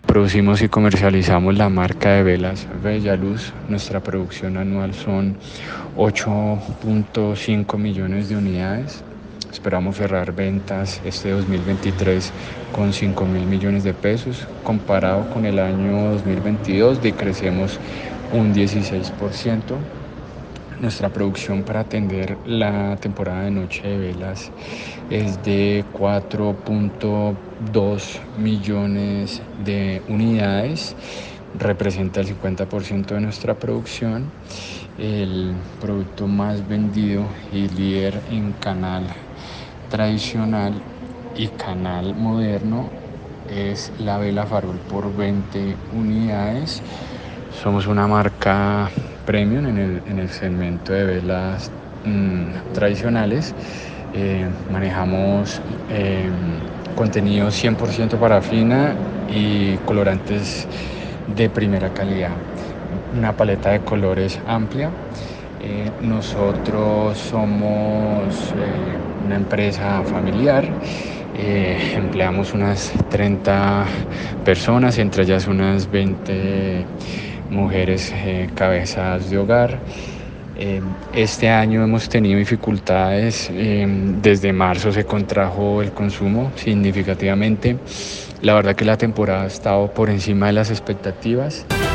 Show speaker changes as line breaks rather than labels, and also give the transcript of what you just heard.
Producimos y comercializamos la marca de velas Bella Luz. Nuestra producción anual son 8.5 millones de unidades. Esperamos cerrar ventas este 2023 con 5.000 millones de pesos. Comparado con el año 2022, decrecemos un 16%. Nuestra producción para atender la temporada de Noche de Velas es de 4.2 millones de unidades, representa el 50% de nuestra producción. El producto más vendido y líder en canal tradicional y canal moderno es la vela farol por 20 unidades. Somos una marca premium en el segmento de velas tradicionales. Manejamos contenido 100% parafina y colorantes de primera calidad. Una paleta de colores amplia. Nosotros somos una empresa familiar. Empleamos unas 30 personas, entre ellas unas 20 mujeres cabezas de hogar. Este año hemos tenido dificultades. Desde marzo se contrajo el consumo significativamente. La verdad que la temporada ha estado por encima de las expectativas.